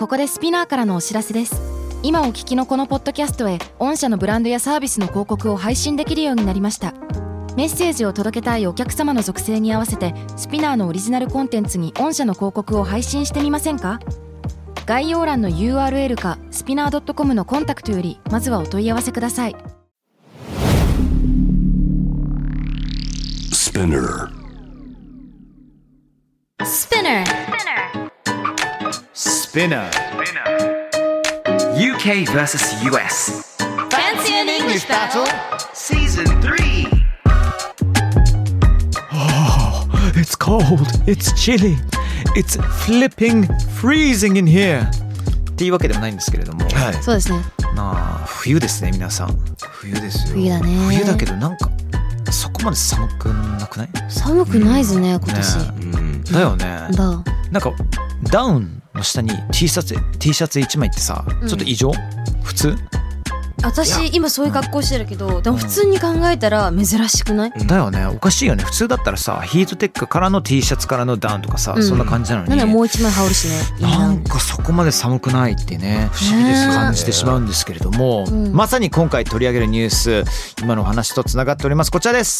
ここでスピナーからのお知らせです。今お聞きのこのポッドキャストへ御社のブランドやサービスの広告を配信できるようになりました。メッセージを届けたいお客様の属性に合わせてスピナーのオリジナルコンテンツに御社の広告を配信してみませんか？概要欄の URL かスピナー .com のコンタクトよりまずはお問い合わせください。 スピナー Spinner. UK versus US. Fancy an English battle? Season 3. Oh, it's cold. It's chilly. It's flipping freezing in here. っていうわけでもないんですけれども、 はい、 そうですね。 冬ですね皆さん。 冬ですよ。 冬だね。 冬だけどなんかそこまで寒くなくない？ 寒くないですね、今年。 ね、だよね。なんかダウンの下に T シャツ1枚ってさ、ちょっと異常？普通？ 私今そういう格好してるけど、でも普通に考えたら珍しくない？ だよね、おかしいよね。普通だったらさ、ヒートテックからの T シャツからのダウンとかさ、そんな感じなのに、 なんでもう一枚羽織るしね。 なんかそこまで寒くないってね、不思議です感じてしまうんですけれども、まさに今回取り上げるニュース、今のお話とつながっております。こちらです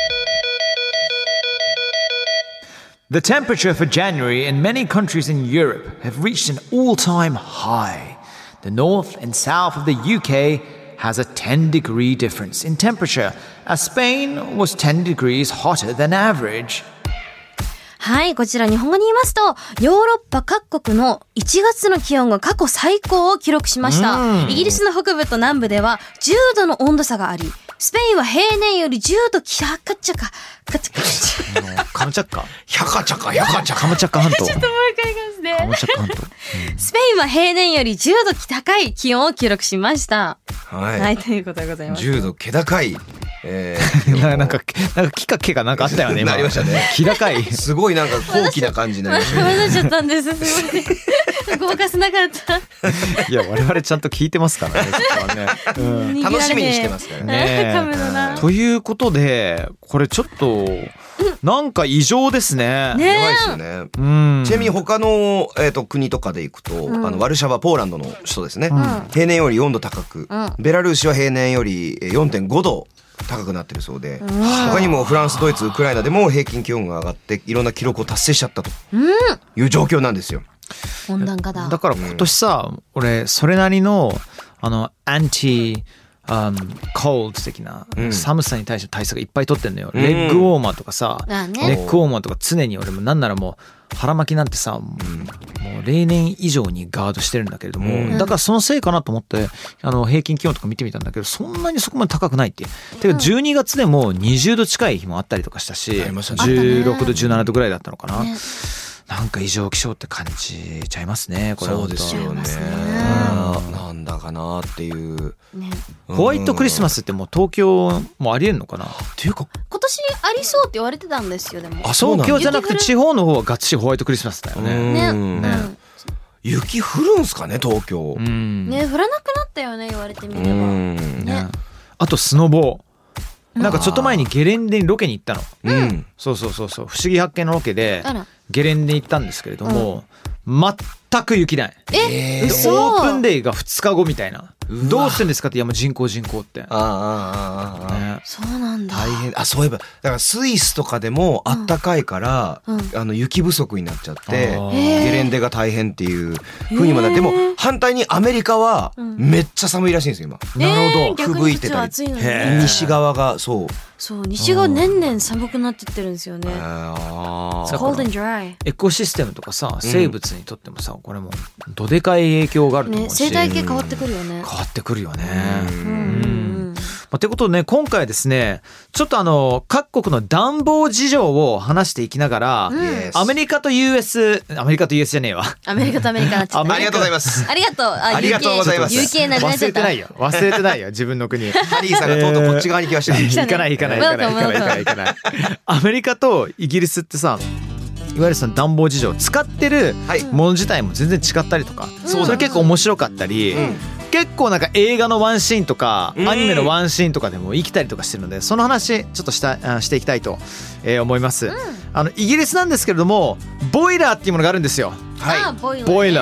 。The temperature for January in many countries in Europe have reached an all-time high. The north and south of the UK has a 10-degree difference in temperature, as Spain was 10 degrees hotter than average. はい、こちら日本語に言いますと、ヨーロッパ各国の1月の気温が過去最高を記録しました。イギリスの北部と南部では10度の温度差があり、スペインは平年より10度カムチャッカカムチャッカ半島。 ちょっともう一回言いますね。 カムチャッカ半島。 スペインは平年より10度高い気温を記録しました。 はい、 はい、ということでございます。 10度気高い。 なんか木か毛がなんかあったよね今。 ありましたね。 気高い。 すごいなんか高貴な感じになりましたね。 混ざっちゃったんです。すみません。ごまかせなかった。 いや我々ちゃんと聞いてますからね。そこはね。 楽しみにしてますからね。 噛むのな。 ということでこれちょっとなんか異常ですね。 やばいですよね。ちなみに他の国とかでいくと、ワルシャワポーランドの首都ですね。平年より4度高く、ベラルーシは平年より 4.5 度高くなってるそうで、他にもフランス、ドイツ、ウクライナでも平均気温が上がっていろんな記録を達成しちゃったという状況なんですよ。 温暖化だ。 だから今年さ、俺それなりのアンチコールド的な寒さに対して対策いっぱい取ってんのよ。レッグウォーマーとかさ、ネックウォーマーとか常に俺もなんならもう腹巻きなんてさ、もう例年以上にガードしてるんだけれども、だからそのせいかなと思って平均気温とか見てみたんだけど、そんなにそこまで高くないっていう。てか12月でも20度近い日もあったりとかしたし、16度17度ぐらいだったのかな。なんか異常気象って感じちゃいますね。これそうですよね。なんだかなっていう、 ホワイトクリスマスってもう東京もありえんのかなっていうか、 今年ありそうって言われてたんですよ。でも東京じゃなくて地方の方はガッチリホワイトクリスマスだよね。 雪降るんすかね東京。 ね、降らなくなったよね、言われてみればね。 あとスノボー、なんかちょっと前にゲレンデにロケに行ったの。そう不思議発見のロケでゲレンデに行ったんですけれども、全く雪ない。オープンデイが2日後みたいな。どうしてんですかって。いやもう人口って。 そうなんだ。 大変。そういえばだからスイスとかでもあったかいから、雪不足になっちゃってゲレンデが大変っていう風にもなって、でも反対にアメリカはめっちゃ寒いらしいんですよ今。 なるほど。 吹雪いてたり、西側がそう西側年々寒くなってってるんですよね。Cold and dry。 エコシステムとかさ、生物にとってもさ、これもどでかい影響があると思うし、 生態系変わってくるよね。 変わってくるよね。ということでね、今回はですね、ちょっと各国の暖房事情を話していきながら、アメリカと US じゃねえわ。 アメリカとアメリカになっちゃった。 ありがとうございます。 ありがとう。 ありがとうございます。 UK なくなっちゃった。 忘れてないよ自分の国。 ハリーさんがとうとうこっち側に来ました。 行かない。アメリカとイギリスってさ、いわゆるその暖房事情使ってるもの自体も全然違ったりとか、それ結構面白かったり、結構なんか映画のワンシーンとかアニメのワンシーンとかでも生きたりとかしてるので、その話ちょっとしていきたいと思います。イギリスなんですけれども、ボイラーっていうものがあるんですよ。 はい、 ボイラー。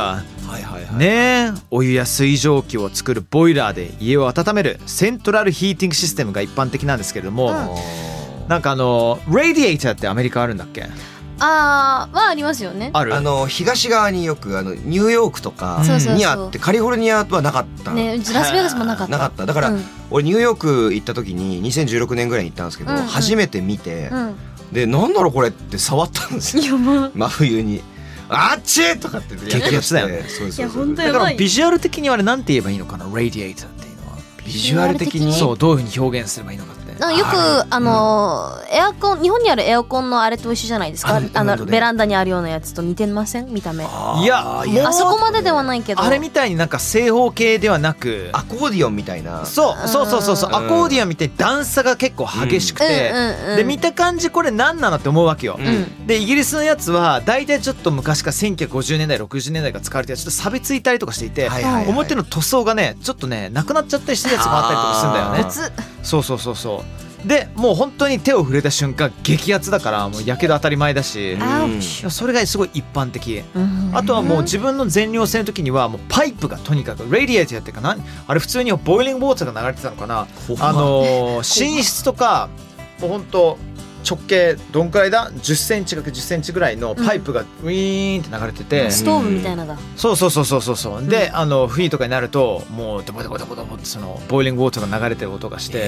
はいはいはい。 ねえ、お湯や水蒸気を作るボイラーで家を温めるセントラルヒーティングシステムが一般的なんですけれども、なんかラディエーターってアメリカあるんだっけ？ はありますよね。 ある？ 東側によくニューヨークとかにあって、カリフォルニアはなかったね。ラスベガスもなかった。 なかった。だから、俺ニューヨーク行った時に2016年ぐらいに行ったんですけど、初めて見て、でなんだろうこれって触ったんですよ。真冬に。あっちとかって激アツだよね。 いや本当だからビジュアル的にはあれなんて言えばいいのかな、ラディエーターっていうのは。 ビジュアル的にそう、どういうふうに表現すればいいのかって。 なんかよくエアコン、日本にあるエアコンのあれと一緒じゃないですか。ベランダにあるようなやつと似てません？見た目。 いや、 あそこまでではないけど、 あれみたいになんか正方形ではなくアコーディオンみたいな。 そうアコーディオンみたいに段差が結構激しくて、で見た感じこれ何なのって思うわけよ。でイギリスのやつは大体ちょっと昔から1950年代60年代が使われてちょっと錆びついたりとかしていて、表の塗装がねちょっとねなくなっちゃったりしてるやつもあったりとかするんだよね。そうでもう本当に手を触れた瞬間激アツだからもうやけど当たり前だし、それがすごい一般的。あとはもう自分の全寮制の時にはもうパイプがとにかくラディエーターっていうかあれ普通にボイリングウォーターが流れてたのかな。寝室とかもう本当直径どんくらいだ10センチか10センチぐらいのパイプがウィーンって流れてて、 ストーブみたいなだ。 そうで冬とかになるともうドボドボドボドボってそのボイリングウォーターが流れてる音がして、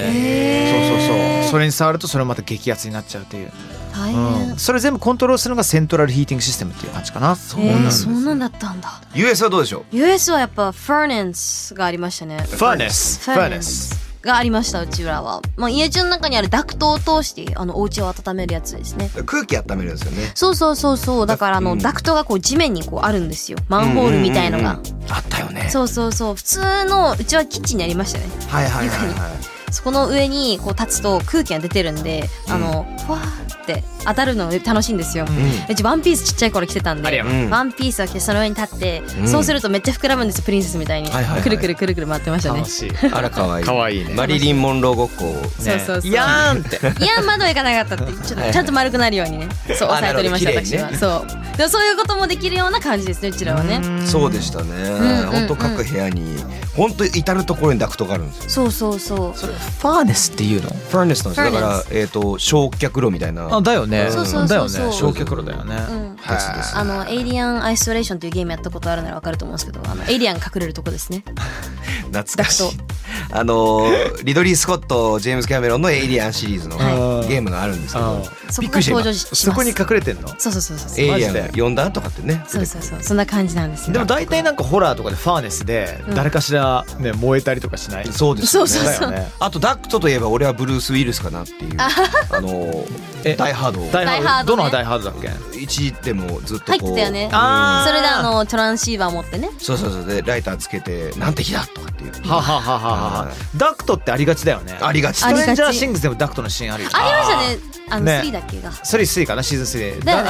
それに触るとそれまた激アツになっちゃうっていう。 大変。 それ全部コントロールするのがセントラルヒーティングシステムっていう感じかな。 そうなんだったんだ。 US はどうでしょう？ US はやっぱファーナスがありましたね。 ファーナスがありました。うちらは、家中の中にあるダクトを通してお家を温めるやつですね。 空気温めるんですよね。 そうだからダクトがこう地面にこうあるんですよ。マンホールみたいのがあったよね。 そう普通のうちはキッチンにありましたね。そこの上にこう立つと空気が出てるんで、ふわーって当たるの楽しいんですよ。うちワンピースちっちゃい頃着てたんで、ワンピースを着てその上に立って、そうするとめっちゃ膨らむんですよ。プリンセスみたいにくるくるくるくる回ってましたね。 あらかわいい。 かわいいね。 マリリン・モンローごっこをそういやーんっていやまだいかなかったってちゃんと丸くなるようにね、そう押さえとりました私は。でもそういうこともできるような感じですね、うちらはね。 そうでしたね。本当各部屋に本当至る所にダクトがあるんですよ。 そうそれファーネスっていうの？ ファーネスなんですよ。だから焼却炉みたいな。 だよね。 そう焼却炉だよね。 エイリアンアイソレーションというゲームやったことあるならわかると思うんですけど、エイリアン隠れるとこですね。 懐かしい。リドリー・スコット、ジェームズ・キャメロンのエイリアンシリーズのゲームがあるんですけど、 びっくりした。 そこに隠れてんの？ そうエイリアン呼んだとかってね。 そんな感じなんですよ。 でも大体なんかホラーとかでファーネスで誰かしらね燃えたりとかしない？ そうですよね。 あとダクトといえば俺はブルース・ウィルスかなっていう。ダイハード。 どのダイハードだっけ ？1でもずっと入ってたよね。それでトランシーバー持ってね。 そうでライターつけてなんて日だとかっていう。 ダクトってありがちだよね。 ありがち。 ストレンジャーシングスでもダクトのシーンあるよ。 ありましたね。3だっけが。 3かな、シーズン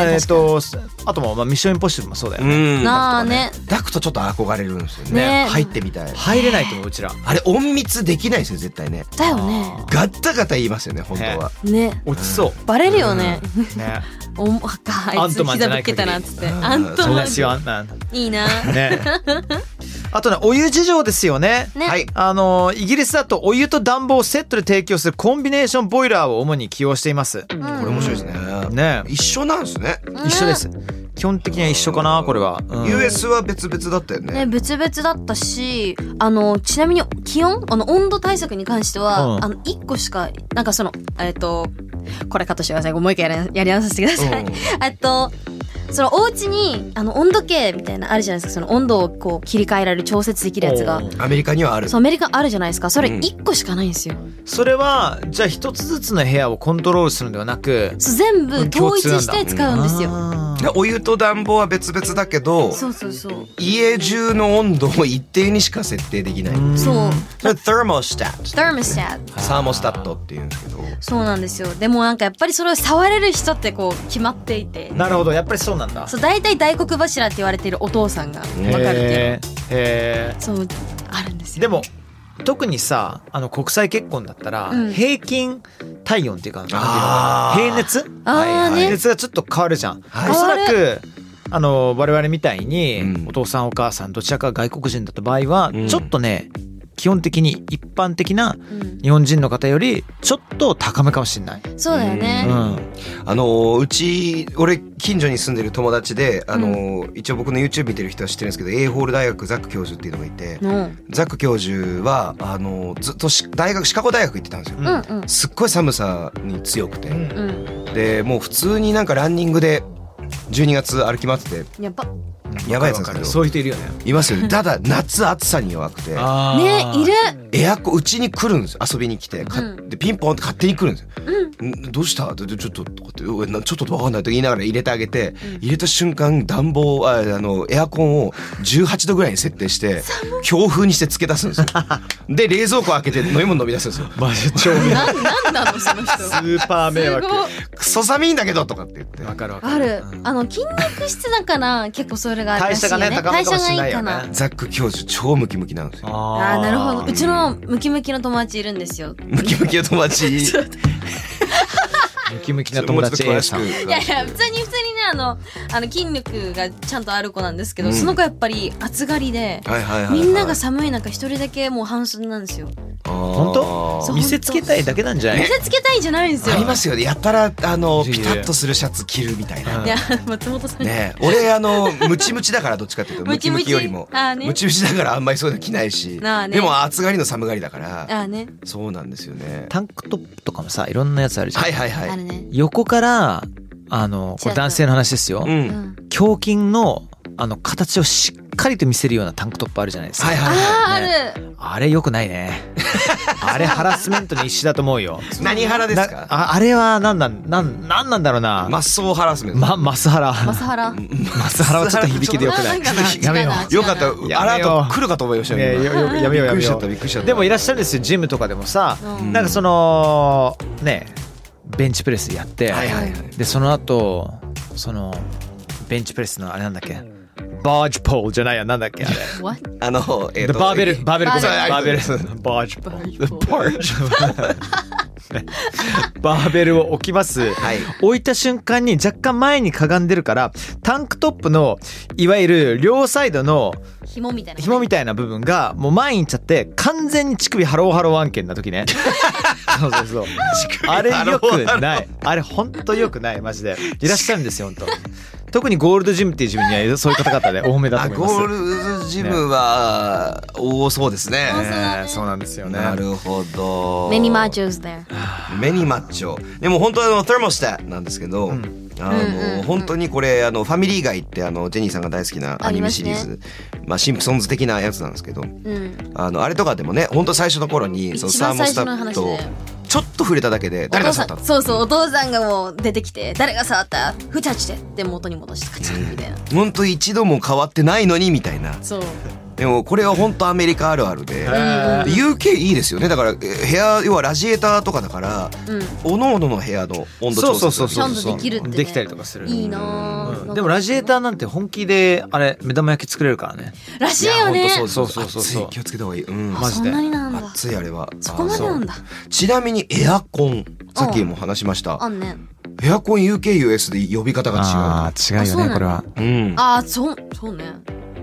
3。あともミッションインポッシブルもそうだよね。 ダクトちょっと憧れるんですよね。入ってみたい。 入れないと思う、うちら。 あれ隠密できないですよ絶対ね。 だよね。 ガッタガタ言いますよね本当は。 ね。 落ちそう。 バレるよね。 ね。 あいつ膝ぶっけたなっつって。アントマン。いいな。ね。 あとね、お湯事情ですよね。イギリスだとお湯と暖房をセットで提供するコンビネーションボイラーを主に起用しています。 これ面白いですね。一緒なんですね。 一緒です。基本的には一緒かな、これは。 US は別々だったよね。 別々だったし、ちなみに気温、温度対策に関しては、1個しか、なんかこれカットしてください。もう一回やり直させてください。そのお家に温度計みたいなあるじゃないですか。その温度をこう切り替えられる調節できるやつがアメリカにはある。 そう、アメリカあるじゃないですか。それ1個しかないんですよ。 それはじゃあ一つずつの部屋をコントロールするのではなく、 全部統一して使うんですよ。 お湯と暖房は別々だけど、家中の温度を一定にしか設定できない。 そう。 それサーモスタットっていうんですけど。 そうなんですよ。でもなんかやっぱりそれを触れる人ってこう決まっていて。 なるほど、やっぱりそうなんだ。 そう、大体大黒柱って言われているお父さんが分かるっていう。そうあるんですよ。 でも特にさ、国際結婚だったら、平均体温っていうか、平熱がちょっと変わるじゃん。おそらく我々みたいにお父さんお母さんどちらか外国人だった場合はちょっとね基本的に一般的な日本人の方よりちょっと高めかもしれない。 そうだよね。 俺近所に住んでる友達で一応僕の YouTube 見てる人は知ってるんですけど、エイホール大学ザック教授っていうのがいて、ザック教授はずっとシカゴ大学行ってたんですよ。すっごい寒さに強くて、でもう普通になんかランニングで12月歩き回っててやばいやつなんですけど、 そういう人いるよね。 いますよね。ただ夏暑さに弱くてね、いる。 エアコンうちに来るんですよ、遊びに来て、でピンポンって勝手に来るんですよ。どうしたってちょっととかってちょっと分かんないと言いながら入れてあげて、入れた瞬間暖房エアコンを18度ぐらいに設定して強風にしてつけ出すんですよ。で冷蔵庫開けて飲み物飲み出すんですよ。 マジ超迷惑。 なんなのその人。 スーパー迷惑。 クソ寒いんだけどとかって言って。 わかるわかある。 る。筋肉質だから結構それがあるらしいよね。 代謝がね高めかもしれないよね。 代謝がいいかな。 ザック教授超ムキムキなんですよ。 ああなるほど。うちのムキムキの友達いるんですよ。 ムキムキの友達。 ムキムキな友達 A さん。 いやいや普通にね筋肉がちゃんとある子なんですけど、その子やっぱり暑がりで、みんなが寒い中一人だけもう半袖なんですよ。 本当？見せつけたいだけなんじゃない？ 見せつけたいんじゃないんですよ。 ありますよね。やったらピタッとするシャツ着るみたいな。 いや松本さんね、俺ムチムチだからどっちかっていうとムキムキよりもムチムチだからあんまりそういうの着ないし、でも暑がりの寒がりだからそうなんですよね。 タンクトップとかもさいろんなやつあるじゃん。 はいはいはい。 横からこれ男性の話ですよ。胸筋の形をしっかりと見せるようなタンクトップあるじゃないですか。あれ良くないね。あれハラスメントの一種だと思うよ。 何ハラですか？ あれはなんなんだろうな。 マッソーハラスメント。 マスハラ。 マスハラはちょっと響きで良くない。やめよう。 よかった。アラート来るかと思いましたよ。 やめよう。 びっくりしちゃった。 でもいらっしゃるんですよ。ジムとかでもさ、なんかそのねベンチプレスやって、でその後ベンチプレスのあれなんだっけ。バージポールじゃないや、なんだっけあれ。 What？ バーベルバーベルを置きます、置いた瞬間に若干前にかがんでるからタンクトップのいわゆる両サイドの紐みたいな部分がもう前に行っちゃって完全に乳首ハローハロー案件な時ね。そうあれよくない。あれ本当よくない。マジでいらっしゃるんですよ本当。特にゴールドジムっていうジムにはそういう方々で多めだと思います。 ゴールドジムは多そうですね。 そうなんですよね。 なるほど。 Many machos there。 メニマッチョ。でも本当テーモスタットなんですけど、本当にこれファミリーガイってジェニーさんが大好きなアニメシリーズ、シンプソンズ的なやつなんですけど、あれとかでもね本当最初の頃にそのサーモスタットちょっと触れただけで誰が触ったの？ そうお父さんがもう出てきて誰が触ったふちゃちでで元に戻してカチンみたいな。 本当一度も変わってないのにみたいな。 そう。 でもこれは本当アメリカあるあるで、UK いいですよね。だから部屋要はラジエーターとかだから、おのおのの部屋の温度調節ちゃんとできるってね。 できたりとかする。 いいな。 でもラジエーターなんて本気であれ目玉焼き作れるからね。 らしいよね。 そう気をつけた方がいい。 マジで。 そんなになんだ。 熱いあれは。 そこまでなんだ。 ちなみにエアコンさっきも話しました。エアコン UK、US で呼び方が違う。 違うよねこれは。 そうね。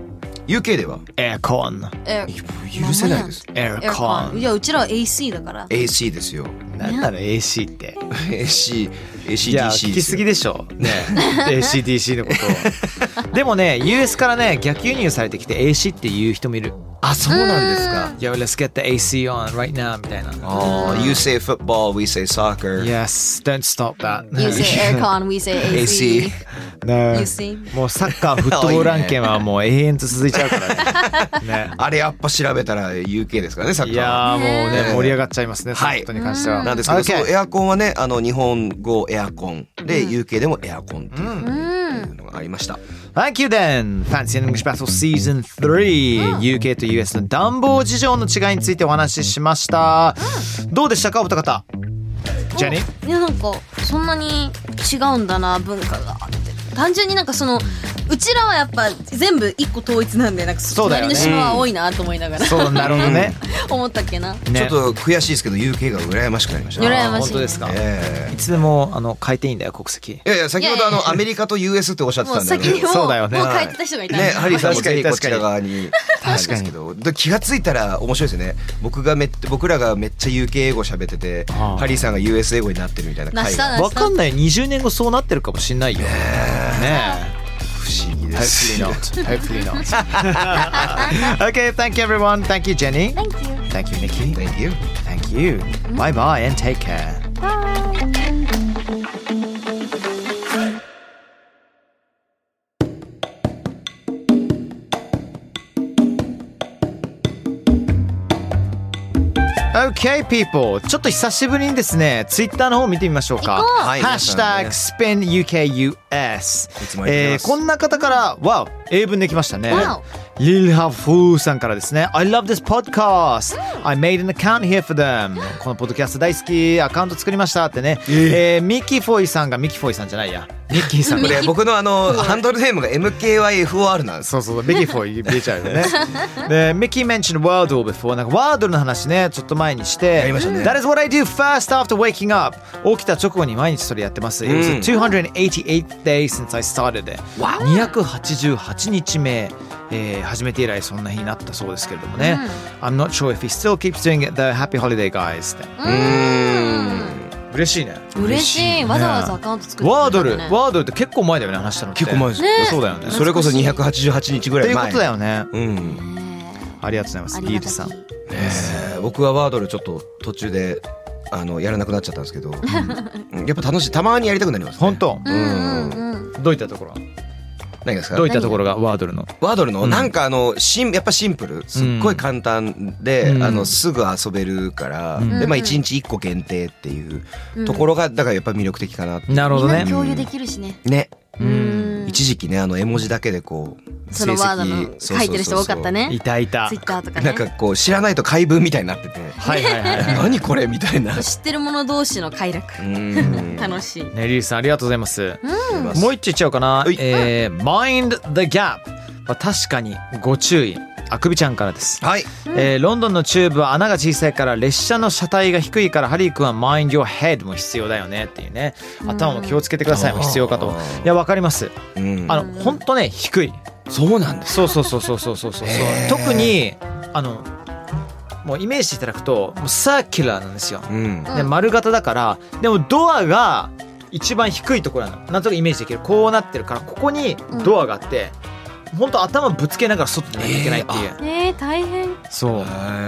UK ではエアコン許せないです。 エアコン。 いやうちらは AC だから。 AC ですよ。 なんなの AC って。 ACDC いや聞きすぎでしょね。ACDC のことでもね US からね逆輸入されてきて AC っていう人もいる。 あ、そうなんですか。 Yo, let's get the AC on right now みたいな。 You say football, we say soccer. Yes, don't stop that. You say aircon, we say AC. No. You see? もうサッカーフットボール案件はもう永遠と続いちゃうからね。 あれやっぱ調べたら UK ですからねサッカー。 いやもうね盛り上がっちゃいますね。そのことに関しては。 なんですけどそのエアコンはね日本語エアコンで UK でもエアコンっていうのがありました。 Thank you then! Fancy English Battle Season 3、UK と US の暖房事情の違いについてお話ししました。どうでしたかお二方？ジェニー？ いやなんかそんなに違うんだな文化がって。 単純になんかそのうちらはやっぱ全部一個統一なんでなんか隣の島は多いなと思いながらそうなるほどね思ったっけな、 ちょっと悔しいですけど UK が羨ましくなりました。 羨ましい。 本当ですか。いつでも変えていいんだよ国籍。 いや先ほどアメリカと US っておっしゃってたんで、 もう先にそうだよね。 もう変えてた人がいたね。 ハリーさんもぜひこちら側に確かに気がついたら面白いですよね。僕らがめっちゃ UK 英語喋っててハリーさんが US 英語になってるみたいな回がわかんない。20年後そうなってるかもしんないよね。 不思議です。 Hopefully not. Okay, thank you everyone. Thank you Jenny. Thank you. Thank you Nikki. Thank you. Thank you. Bye bye and take care. Okay, people. ちょっと久しぶりにですね、ツイッターの方見てみましょうか。ハッシュタグ SpinUKUS。こんな方から、わお、英文できましたね。リルハフーさんからですね。I love this podcast. I made an account here for them. このポッドキャスト大好き。アカウント作りましたってね。ミキフォイさんが、ミキフォイさんじゃないや。ミッキーさん。 これ僕のハンドルネームが MKYFOR なんです。 そうそう、ミキフォイ入れちゃうよね。で、ミキ mentioned Wordle before。なんかワードルの話ね、ちょっと前にして。 やりましたね。 That is what I do first after waking up。起きた直後に毎日それやってます。It was 288 days since I started it。288日目。始めて以来そんな日になったそうですけれどもね。I'm not sure if he still keeps doing it. The happy holiday guys って。嬉しいね。 嬉しい。わざわざアカウント作ってくれたんだね。 ワードルって結構前だよね、話したのって。 結構前です。 そうだよね。 それこそ288日ぐらい前。 っていうことだよね。ありがとうございます。リードさん。 僕はワードルちょっと途中でやらなくなっちゃったんですけど、やっぱ楽しい。たまにやりたくなりますね。 本当。どういったところ？ 何ですか？ どういったところがワードルのなんかやっぱシンプル、すっごい簡単で、すぐ遊べるから、で1日1個限定っていうところがだからやっぱ魅力的かな。 なるほどね。 共有できるしね。 ね。一時期ね絵文字だけでこうそのワードの書いてる人多かったね。 いたいた。 ツイッターとかね。 なんかこう知らないと怪文みたいになってて、何これみたいな。 知ってる者同士の快楽。楽しい。 ね、リリーさんありがとうございます。もう一丁いっちゃおうかな。Mind the gap。確かにご注意。あくびちゃんからです。 はい。 ロンドンのチューブは穴が小さいから列車の車体が低いからハリー君は Mind your head も必要だよねっていうね。頭も気をつけてくださいも必要かと。いやわかります。本当ね低い。 そうなんです。 そう。特にもうイメージしていただくともうサーキュラーなんですよ。で丸型だからでもドアが一番低いところなの。なんとなくイメージできる。こうなってるからここにドアがあって。本当頭ぶつけながら外に出なきゃいけないっていう。 大変。 そう。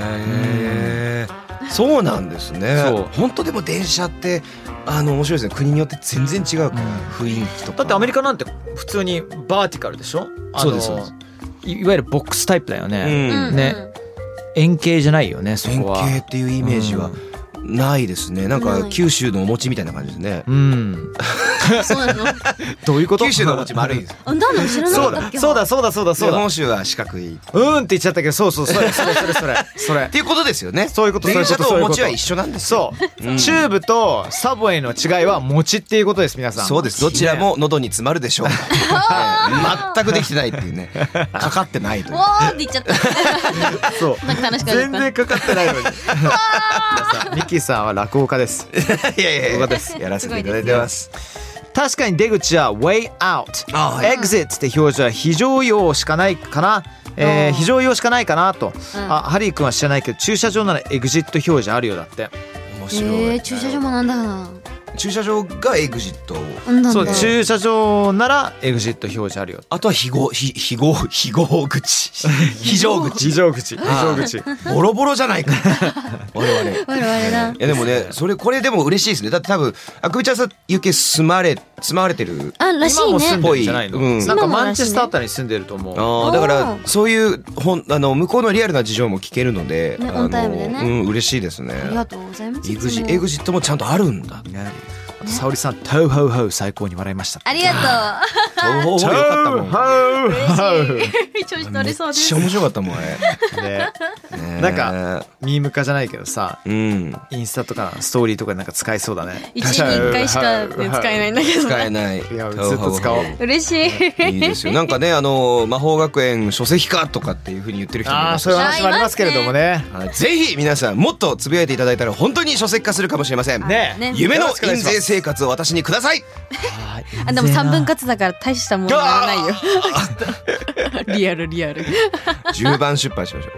そうなんですね。本当でも電車って面白いですね。国によって全然違う雰囲気とか。 だってアメリカなんて普通にバーティカルでしょ。 そうです。 いわゆるボックスタイプだよね。ね。円形じゃないよね。そこは。 円形っていうイメージはないですね。なんか九州のお餅みたいな感じですね。 そうなの？ どういうこと？ 九州のお餅丸いです。 なんだ知らなかったっけ？ そうだ。 本州は四角い。 って言っちゃったけど、そうそれ。 っていうことですよね。 そういうこと。 電車とお餅は一緒なんですよ。 そう。チューブとサブウェイの違いは餅っていうことです皆さん。 そうです。どちらも喉に詰まるでしょう。全くできてないっていうね。かかってないという。 わーって言っちゃった。 そう。 なんか楽しかった。 全然かかってないのに。ミキさんは落語家です。 いや落語家です。やらせていただいてます。 確かに出口は way out、exit って表示は非常用しかないかな、非常用しかないかなと、ハリー君は知らないけど駐車場なら exit 表示あるようだって。 面白い。 駐車場もなんだかな。 駐車場がエグジット。 そう、駐車場ならエグジット表示あるよ。 あとは非常口。ボロボロじゃないか。我々 だ。 いやでもね、これでも嬉しいですね。だって多分あくびちゃんさん UK 住まわれてる。 らしいね。 今も住んでるんじゃないの？なんかマンチェスターあたりに住んでると思う。 だからそういう向こうのリアルな事情も聞けるので、 オンタイムでね。 嬉しいですね。 ありがとうございます。 エグジットもちゃんとあるんだね。 沙織さんトウホウホウ最高に笑いました。 ありがとう。 トウホウホウよかったもん。 嬉しい。調子乗りそうです。 めっちゃ面白かったもんあれ。 ね、なんかミーム化じゃないけどさ、インスタとかストーリーとかなんか使えそうだね。 1日1回しか、ね、使えないんだけど、ね、 使えない。いやずっと使おう。 嬉しい。 いいですよ。なんかね魔法学園書籍化とかっていう風に言ってる人もいます。 そういう話もありますけれどもね。 ぜひ皆さんもっとつぶやいていただいたら本当に書籍化するかもしれません。 ね。 夢の印税生活を私にください。 でも3分割だから大したものにならないよ。リアル。 10番出版しましょう。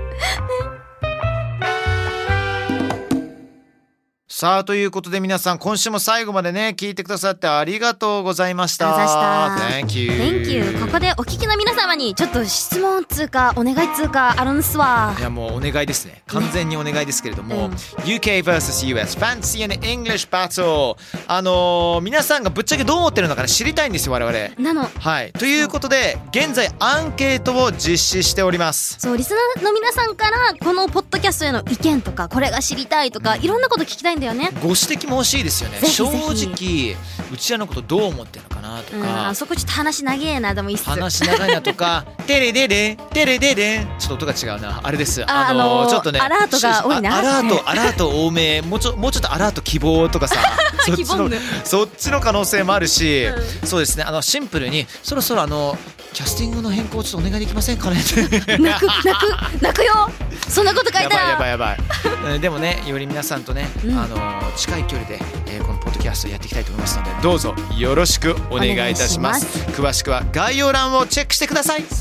さあということで皆さん今週も最後までね聞いてくださってありがとうございました。 Thank you。 ここでお聞きの皆様にちょっと質問つうかお願いつうかあるんすわ。 いやもうお願いですね。完全にお願いですけれども、UK vs.US Fantasy and English Battle、皆さんがぶっちゃけどう思ってるのかね知りたいんですよ我々。はいということで現在アンケートを実施しております。 そうリスナーの皆さんからこのポッドキャストへの意見とかこれが知りたいとかいろんなこと聞きたいんだよね。 ご指摘も欲しいですよね。正直うちらのことどう思ってるのかなとか、 そこちょっと話長えなでもいいっす。 話長いなとかテレデレテレデレちょっと音が違うなあれです。ちょっとねアラートが多いな。 アラート多めもうちょっとアラート希望とかさそっちの可能性もあるし、そうですねシンプルにそろそろキャスティングの変更ちょっとお願いできませんかねって泣くよそんなこと書いたらやばいでもねより皆さんとね、近い距離で、このポッドキャストやっていきたいと思いますのでどうぞよろしくお願いいたします。詳しくは概要欄をチェックしてください。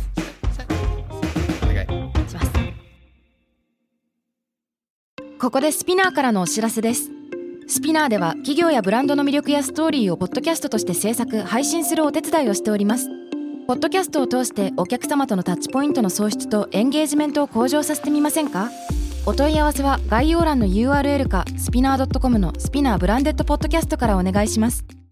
お願いします。 ここでスピナーからのお知らせです。スピナーでは企業やブランドの魅力やストーリーをポッドキャストとして制作配信するお手伝いをしております。ポッドキャストを通してお客様とのタッチポイントの創出とエンゲージメントを向上させてみませんか？お問い合わせは概要欄の URL かスピナー .com のスピナーブランデッドポッドキャストからお願いします。